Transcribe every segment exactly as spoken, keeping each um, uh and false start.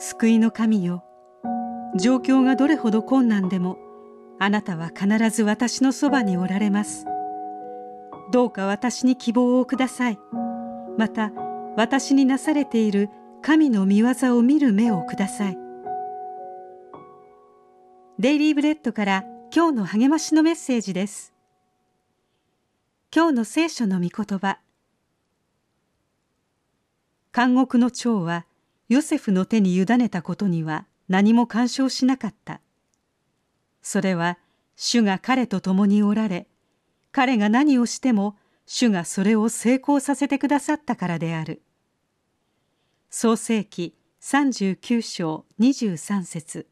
救いの神よ、状況がどれほど困難でもあなたは必ず私のそばにおられます。どうか私に希望をください。また私になされている神の御業を見る目をください。デイリーブレッドから今日の励ましのメッセージです。今日の聖書の御言葉。監獄の長はヨセフの手に委ねたことには何も干渉しなかった。それは主が彼と共におられ、彼が何をしても主がそれを成功させてくださったからである。創世記さんじゅうきゅう章にじゅうさん節。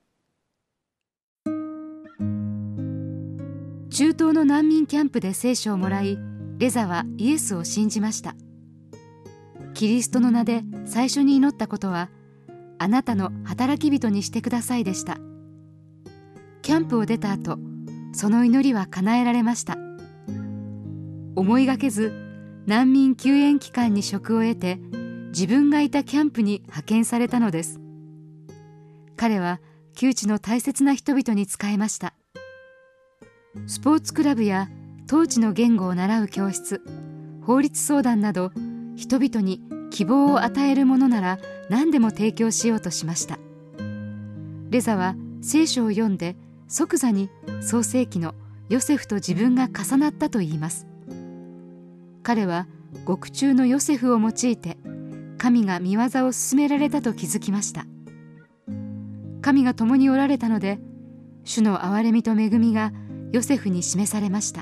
中東の難民キャンプで聖書をもらい、レザはイエスを信じました。キリストの名で最初に祈ったことは、あなたの働き人にしてくださいでした。キャンプを出た後、その祈りは叶えられました。思いがけず難民救援機関に職を得て、自分がいたキャンプに派遣されたのです。彼は窮地の大切な人々に仕えました。スポーツクラブや当地の言語を習う教室、法律相談など、人々に希望を与えるものなら何でも提供しようとしました。レザは聖書を読んで即座に創世記のヨセフと自分が重なったと言います。彼は獄中のヨセフを用いて神が御業を進められたと気づきました。神が共におられたので、主の憐れみと恵みがヨセフに示されました。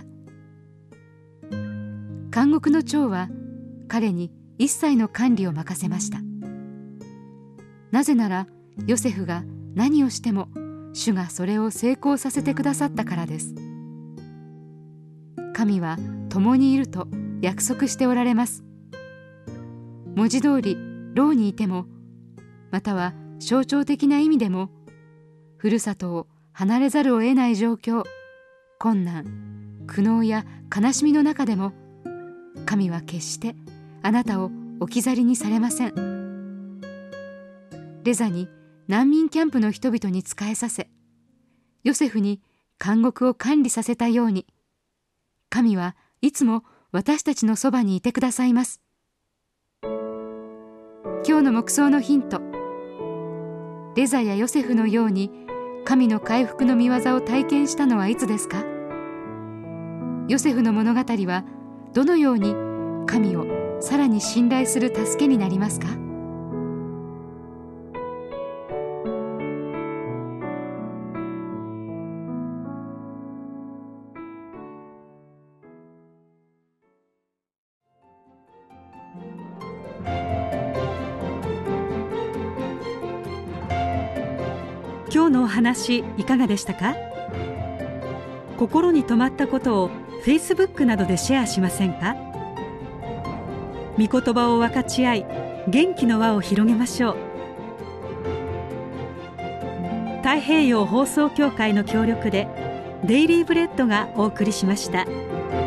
監獄の長は彼に一切の管理を任せました。なぜならヨセフが何をしても主がそれを成功させてくださったからです。神は共にいると約束しておられます。文字通り牢にいても、または象徴的な意味でも、ふるさとを離れざるを得ない状況、困難、苦悩や悲しみの中でも、神は決してあなたを置き去りにされません。レザに難民キャンプの人々に仕えさせ、ヨセフに監獄を管理させたように、神はいつも私たちのそばにいてくださいます。今日の黙想のヒント。レザやヨセフのように神の回復の御業を体験したのはいつですか？ヨセフの物語はどのように神をさらに信頼する助けになりますか？ 今日のお話いかがでしたか？心に留まったことを Facebook などでシェアしませんか？御言葉を分かち合い、元気の輪を広げましょう。太平洋放送協会の協力でデイリーブレッドがお送りしました。